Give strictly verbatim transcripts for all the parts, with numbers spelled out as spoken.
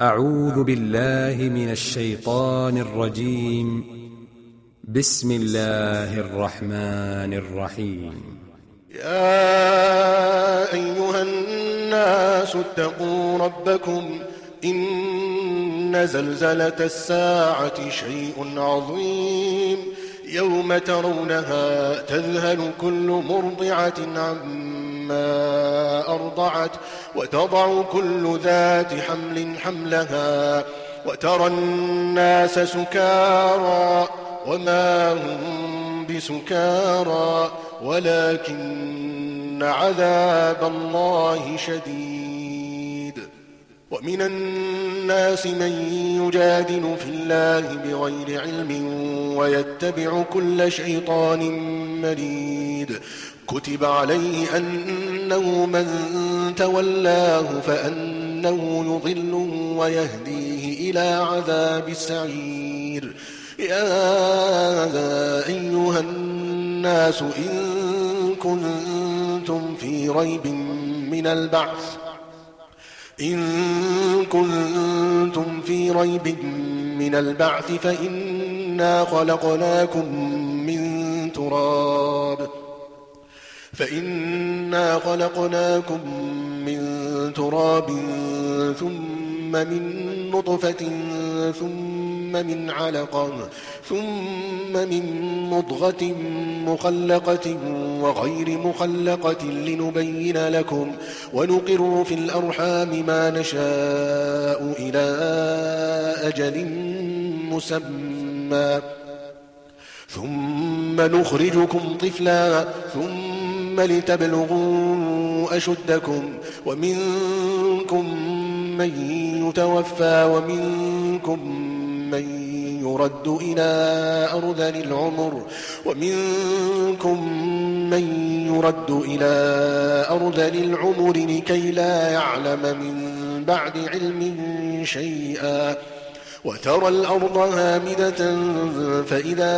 أعوذ بالله من الشيطان الرجيم. بسم الله الرحمن الرحيم. يا أيها الناس اتقوا ربكم إن زلزلة الساعة شيء عظيم يوم ترونها تذهل كل مرضعة عما أرضعت وتضع كل ذات حمل حملها وترى الناس سكارى وما هم بسكارى ولكن عذاب الله شديد. ومن الناس من يجادل في الله بغير علم ويتبع كل شيطان مريد. كتب عليه أنه من تولاه فأنه يضله ويهديه إلى عذاب السعير. يا أيها الناس إن كنتم في ريب من البعث إن كنتم في ريب من البعث فإنا خلقناكم من تراب فإنا خلقناكم من تراب ثم من نطفة ثم من علقة ثم من مضغة مخلقة وغير مخلقة لنبين لكم ونقر في الأرحام ما نشاء إلى أجل مسمى ثم نخرجكم طفلا ثم لتبلغوا أشدكم ومنكم من يتوفى ومنكم من يرد إلى أرذل العمر ومنكم من يرد إلى أرذل العمر لكي لا يعلم من بعد علم شيئا. وترى الأرض هامدة فإذا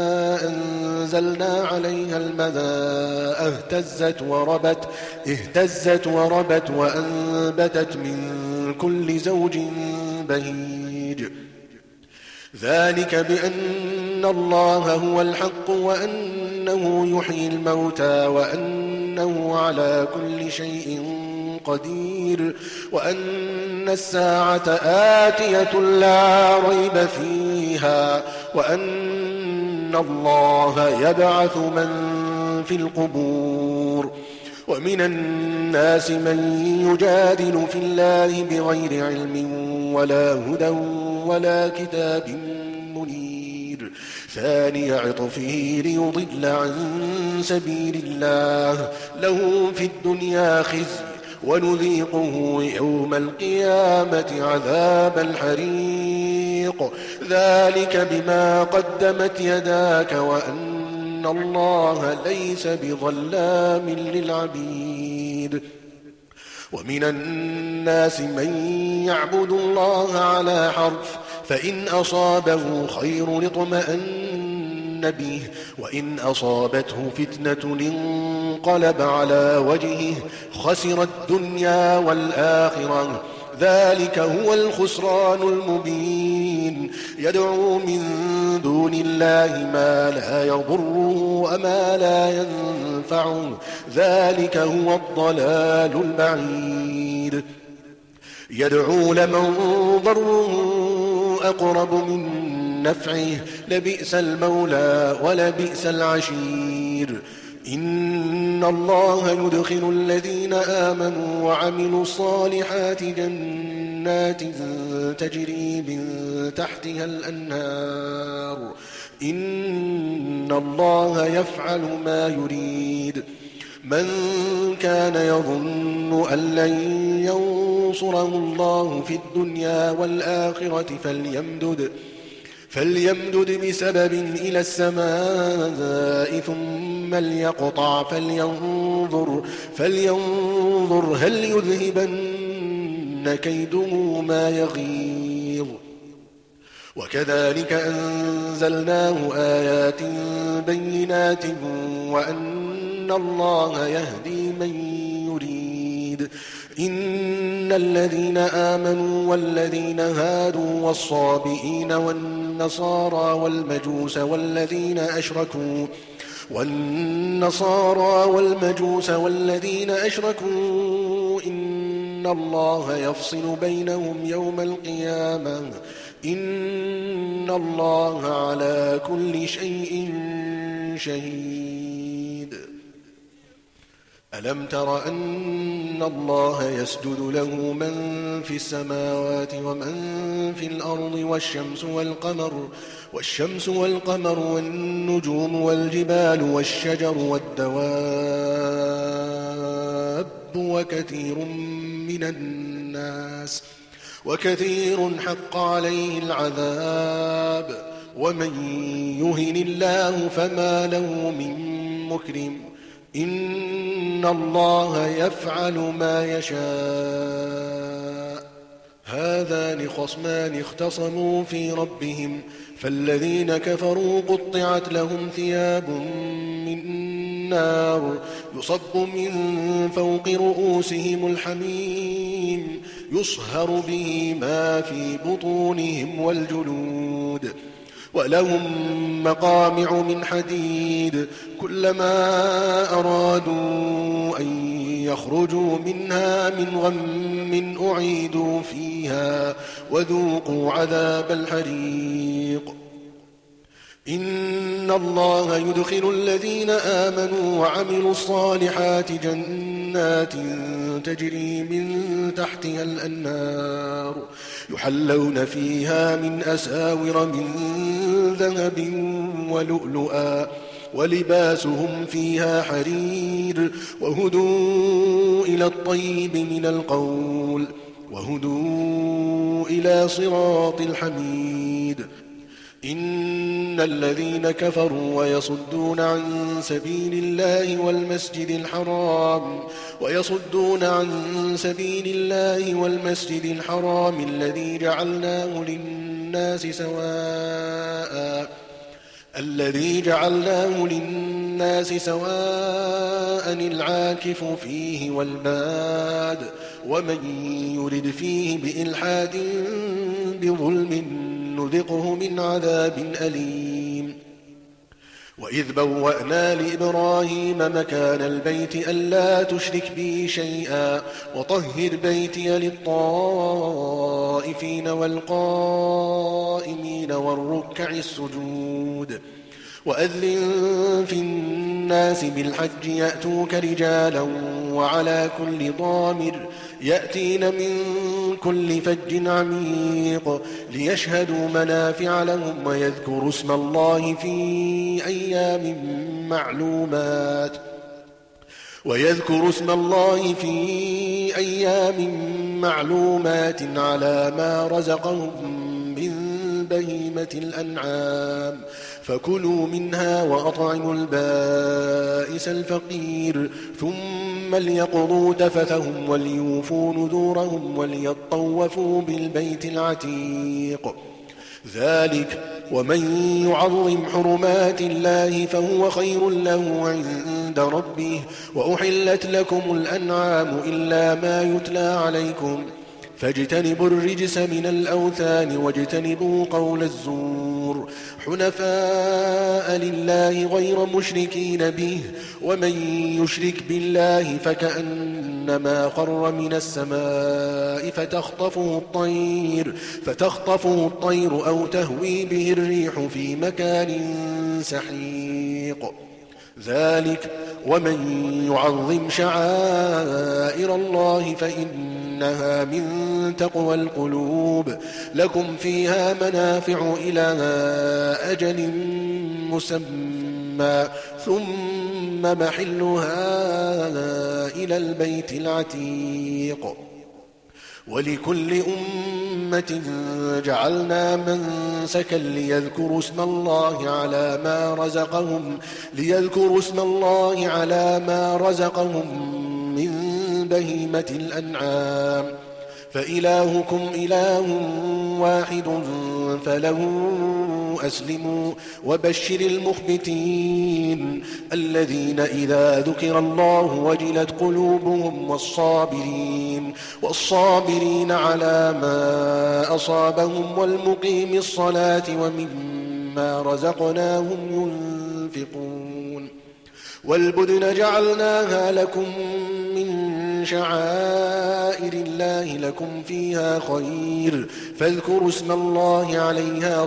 أنزلنا عليها الماء اهتزت وربت اهتزت وربت وأنبتت من كل زوج بهيج. ذلك بأن الله هو الحق وأنه يحيي الموتى وأنه على كل شيء قدير وأن الساعة آتية لا ريب فيها وأن الله يبعث من في القبور. ومن الناس من يجادل في الله بغير علم ولا هدى ولا كتاب منير. ثاني عطفه ليضل عن سبيل الله له في الدنيا خزي ونذيقه يوم القيامة عذاب الحريق. ذلك بما قدمت يداك وأن الله ليس بظلام للعبيد. ومن الناس من يعبد الله على حرف فإن أصابه خير اطمأن به وإن أصابته فتنة انقلب على وجهه خسر الدنيا والآخرة. ذلك هو الخسران المبين. يدعو من دون الله ما لا يضره وما لا ينفعه. ذلك هو الضلال البعيد. يدعو لمن ضره أقرب من نفعه لبئس المولى ولبئس العشير. إن الله يدخل الذين آمنوا وعملوا الصالحات جنات تجري من تحتها الأنهار. إن الله يفعل ما يريد. من كان يظن أن لن ينصره الله في الدنيا والآخرة فليمدد فليمدد بسبب إلى السماء ثم ليقطع فلينظر, فلينظر هل يذهبن كيده ما يغيظ. وكذلك أنزلناه آيات بينات وأن الله يهدي من يريد إن الذين آمنوا والذين هادوا والصابئين والنصارى والمجوس والذين أشركوا والنصارى والمجوس والذين أشركوا إن الله يفصل بينهم يوم القيامة إن الله على كل شيء شهيد. ألم تر أن الله يسجد له من في السماوات ومن في الأرض والشمس والقمر والشمس والقمر والنجوم والجبال والشجر والدواب وكثير من الناس وكثير حق عليه العذاب ومن يهن الله فما له من مكرم إن الله يفعل ما يشاء. هذان خصمان اختصموا في ربهم فالذين كفروا قطعت لهم ثياب من نار يصب من فوق رؤوسهم الحميم يصهر به ما في بطونهم والجلود ولهم مقامع من حديد كلما أرادوا أن يخرجوا منها من غم أعيدوا فيها وذوقوا عذاب الحريق. إن الله يدخل الذين آمنوا وعملوا الصالحات جنات تجري من تحتها الأنهار يحلون فيها من أساور من ذهب ولؤلؤا ولباسهم فيها حرير وهدوا إلى الطيب من القول وهدوا إلى صراط الحميد. إن الذين كفروا ويصدون عن سبيل الله والمسجد الحرام ويصدون عن سبيل الله والمسجد الحرام الذي جعلناه للناس سواء الذي جعلناه للناس سواء العاكف فيه والباد ومن يرد فيه بإلحاد بظلم نذقه من عذاب أليم. وإذ بوأنا لإبراهيم مكان البيت ألا تشرك بي شيئا وطهر بيتي للطائفين والقائمين والركع السجود وأذن في الناس بالحج يأتوك رجالا وعلى كل ضامر يأتين من كل فج عميق ليشهدوا منافع لهم ويذكروا اسم الله في أيام معلومات ويذكروا اسم الله في أيام معلومات على ما رزقهم من بهيمة الأنعام فكلوا منها وأطعموا البائس الفقير ثم ليقضوا تفثهم وليوفوا نذورهم وليطوفوا بالبيت العتيق. ذلك ومن يعظم حرمات الله فهو خير له عند ربه وأحلت لكم الأنعام إلا ما يتلى عليكم فاجتنبوا الرجس من الأوثان واجتنبوا قول الزور حنفاء لله غير مشركين به ومن يشرك بالله فكأنما خر من السماء فتخطفه الطير فتخطفه الطير أو تهوي به الريح في مكان سحيق. ذلك ومن يعظم شعائر الله فإنها من تقوى القلوب لكم فيها منافع إلى أجل مسمى ثم محلها إلى البيت العتيق. ولكل أمة جعلنا منسكا ليذكروا اسم الله على ما رزقهم ليذكروا اسم الله على ما رزقهم من بهيمة الأنعام فإلهكم إله واحد فله أسلموا وبشر المخبتين الذين إذا ذكر الله وجلت قلوبهم والصابرين والصابرين على ما أصابهم والمقيم الصلاة ومما رزقناهم ينفقون والبدن جعلناها لكم من شعائر الله لكم فيها خير فاذكروا اسم الله عليها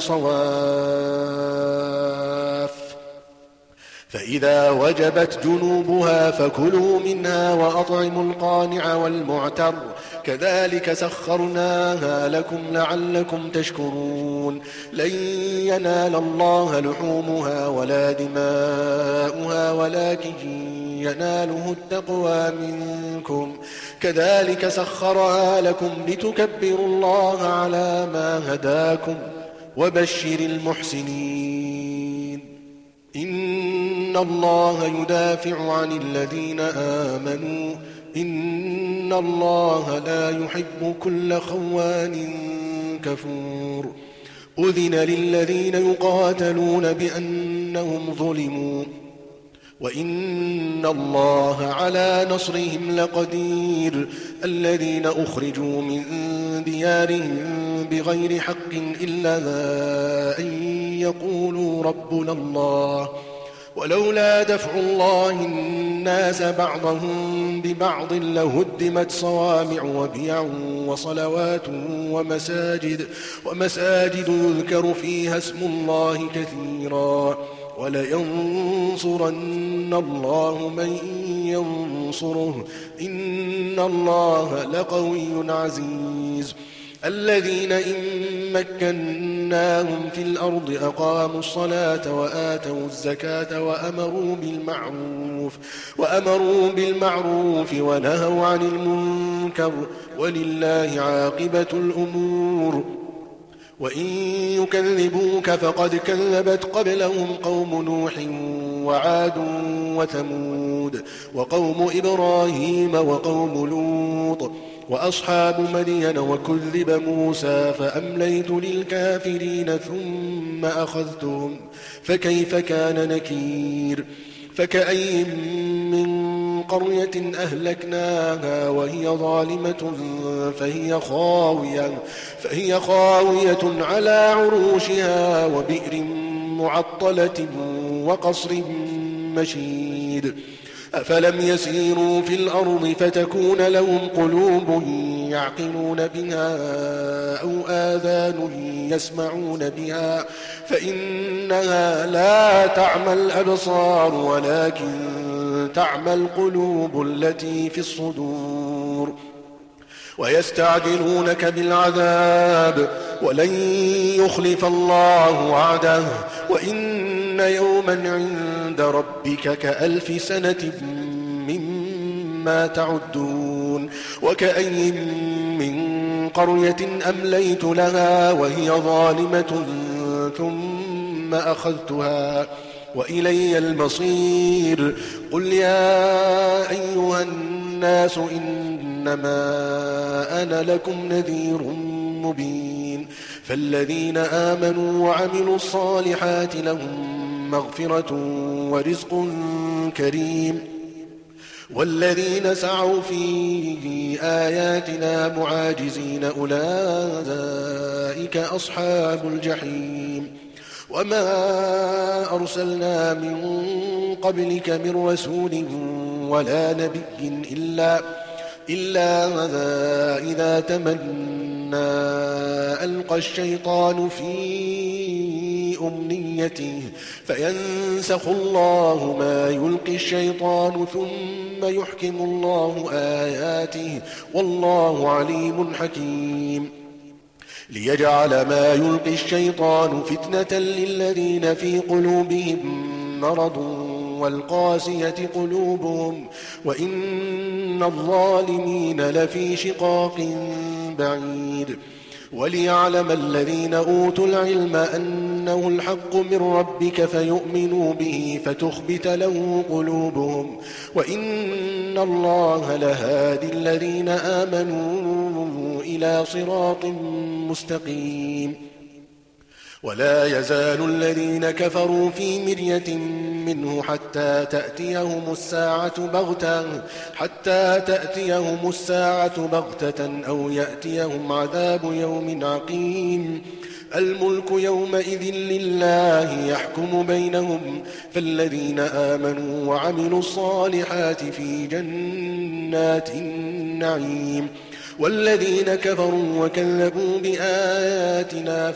صواف فإذا وجبت جنوبها فكلوا منها وأطعموا القانع والمعتر كذلك سخرناها لكم لعلكم تشكرون لن ينال الله لحومها ولا دماؤها ولكن يناله التقوى منكم كذلك سخرها لكم لتكبروا الله على ما هداكم وبشر المحسنين إن الله يدافع عن الذين آمنوا إن الله لا يحب كل خوان كفور أذن للذين يقاتلون بأنهم ظلموا وإن الله على نصرهم لقدير الذين أخرجوا من ديارهم بغير حق إلا أن يقولوا ربنا الله ولولا دفع الله الناس بعضهم ببعض لهدمت صوامع وبيع وصلوات ومساجد ومساجد يذكر فيها اسم الله كثيرا ولينصرن الله من ينصره إن الله لقوي عزيز الذين إن مكناهم في الأرض أقاموا الصلاة وآتوا الزكاة وأمروا بالمعروف وأمروا بالمعروف ونهوا عن المنكر ولله عاقبة الأمور وإن يكذبوك فقد كذبت قبلهم قوم نوح وعاد وثمود وقوم إبراهيم وقوم لوط وأصحاب مدين وكذب موسى فأمليت للكافرين ثم أخذتهم فكيف كان نكير فكأي من قرية أهلكناها وهي ظالمة فهي خاوية, فهي خاوية على عروشها وبئر معطلة وقصر مشيد أفلم يسيروا في الأرض فتكون لهم قلوب يعقلون بها أو آذان يسمعون بها فإنها لا تعمى الأبصار ولكن تعمى القلوب التي في الصدور ويستعجلونك بالعذاب ولن يخلف الله وعده وإن يوما عند ربك كألف سنة مما تعدون وكأي من قرية أمليت لها وهي ظالمة ثم أخذتها وإلي المصير قل يا أيها الناس إنما أنا لكم نذير مبين فالذين آمنوا وعملوا الصالحات لهم مغفرة ورزق كريم والذين سعوا في آياتنا معاجزين أولئك أصحاب الجحيم وما أرسلنا من قبلك من رسول ولا نبي إلا, إلا إذا تمنى ألقى الشيطان في أمنيته فينسخ الله ما يلقي الشيطان ثم يحكم الله آياته والله عليم حكيم ليجعل ما يلقي الشيطان فتنة للذين في قلوبهم مرض والقاسية قلوبهم وإن الظالمين لفي شقاق بعيد وليعلم الذين أوتوا العلم أنه الحق من ربك فيؤمنوا به فتخبت له قلوبهم وإن الله لهادي الذين آمنوا إلى صراط مستقيم ولا يزال الذين كفروا في مرية منه حتى تأتيهم الساعة بغتة حتى تأتيهم الساعة بغتة أو يأتيهم عذاب يوم عقيم الملك يومئذ لله يحكم بينهم فالذين آمنوا وعملوا الصالحات في جنات النعيم والذين كفروا وكذبوا بآياتنا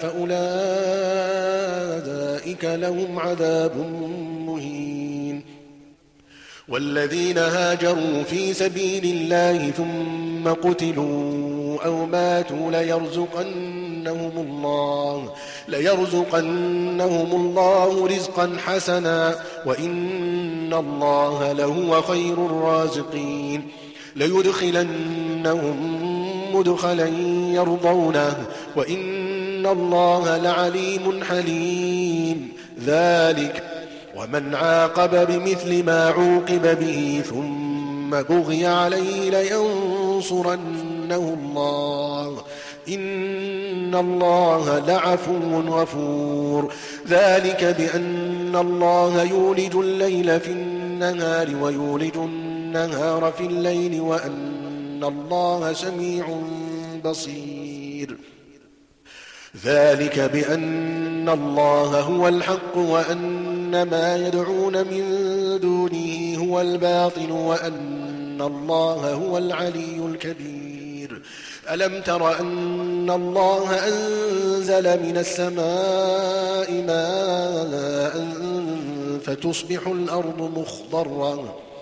فأولئك لهم عذاب مهين والذين هاجروا في سبيل الله ثم قتلوا أو ماتوا ليرزقنهم الله ليرزقنهم الله رزقا حسنا وإن الله لهو خير الرازقين ليدخلنهم مدخلا يرضونه وإن الله لعليم حليم ذلك ومن عاقب بمثل ما عوقب به ثم بغي عليه لينصرنه الله إن الله لعفو غفور ذلك بأن الله يولج الليل في النهار ويولج النهار في الليل وأن الله سميع بصير ذلك بأن الله هو الحق وأن ما يدعون من دونه هو الباطل وأن الله هو العلي الكبير ألم تر أن الله أنزل من السماء ماء فتصبح الأرض مخضرة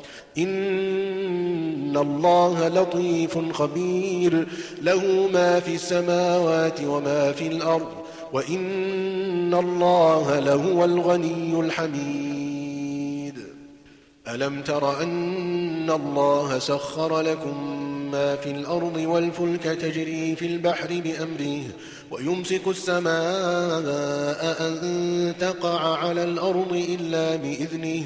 إن الله لطيف خبير له ما في السماوات وما في الأرض وإن الله لهو الغني الحميد ألم تر أن الله سخر لكم ما في الأرض والفلك تجري في البحر بأمره ويمسك السماء أن تقع على الأرض إلا بإذنه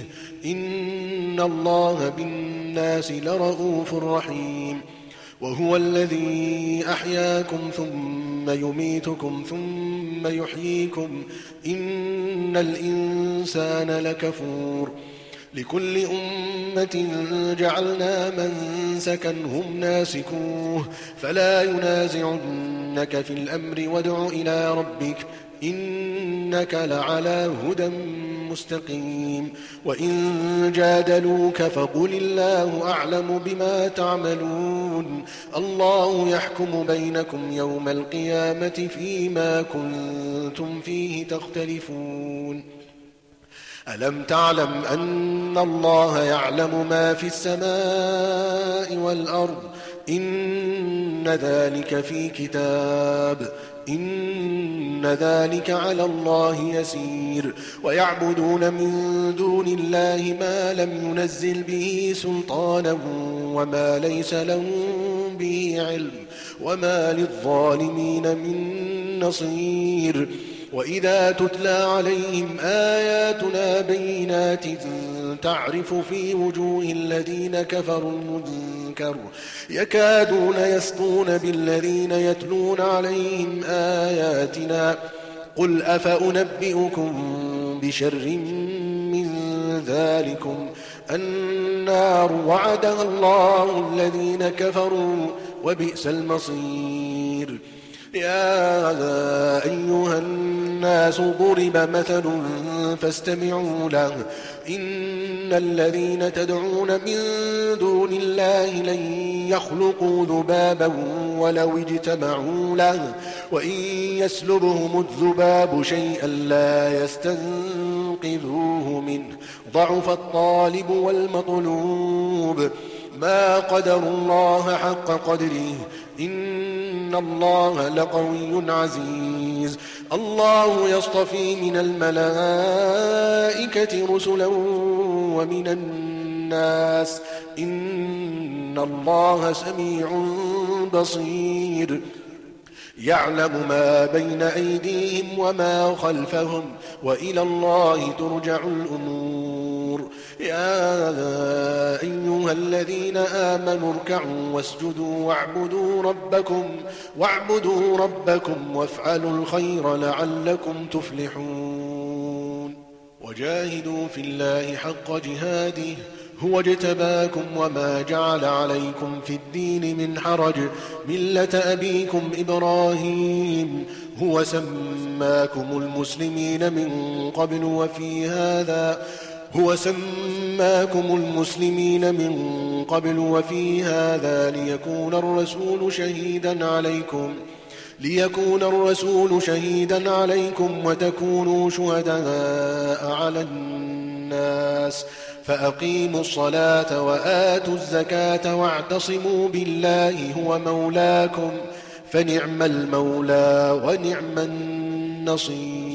إن الله بالناس لرؤوف رحيم وهو الذي أحياكم ثم يميتكم ثم يحييكم إن الإنسان لكفور لكل أمة جعلنا منسكا هم ناسكوه فلا ينازعنك في الأمر وادع إلى ربك إنك لعلى هدى مستقيم وإن جادلوك فقل الله أعلم بما تعملون الله يحكم بينكم يوم القيامة فيما كنتم فيه تختلفون ألم تعلم أن الله يعلم ما في السماء والأرض إن ذلك في كتاب إن ذلك على الله يسير ويعبدون من دون الله ما لم ينزل به سلطانا وما ليس لهم به علم وما للظالمين من نصير وإذا تتلى عليهم آياتنا بينات تعرف في وجوه الذين كفروا المنكر يكادون يسطون بالذين يتلون عليهم آياتنا قل أفأنبئكم بشر من ذلكم النار وعدها الله الذين كفروا وبئس المصير يا أيها الناس ضرب مثل فاستمعوا له إن الذين تدعون من دون الله لن يخلقوا ذبابا ولو اجتمعوا له وإن يسلبهم الذباب شيئا لا يستنقذوه منه ضعف الطالب والمطلوب ما قدر الله حق قدره إن الله لقوي عزيز الله يصطفي من الملائكة رسلا ومن الناس إن الله سميع بصير يعلم ما بين أيديهم وما خلفهم وإلى الله ترجع الأمور الصدور يا أيها الذين آمنوا اركعوا واسجدوا واعبدوا ربكم واعبدوا ربكم وافعلوا الخير لعلكم تفلحون وجاهدوا في الله حق جهاده هو اجتباكم وما جعل عليكم في الدين من حرج ملة أبيكم إبراهيم هو سماكم المسلمين من قبل وفي هذا هو سماكم المسلمين من قبل وفي هذا ليكون الرسول شهيدا عليكم ليكون الرسول شهيدا عليكم وتكونوا شهداء على الناس فأقيموا الصلاة وآتوا الزكاة واعتصموا بالله هو مولاكم فنعم المولى ونعم النصير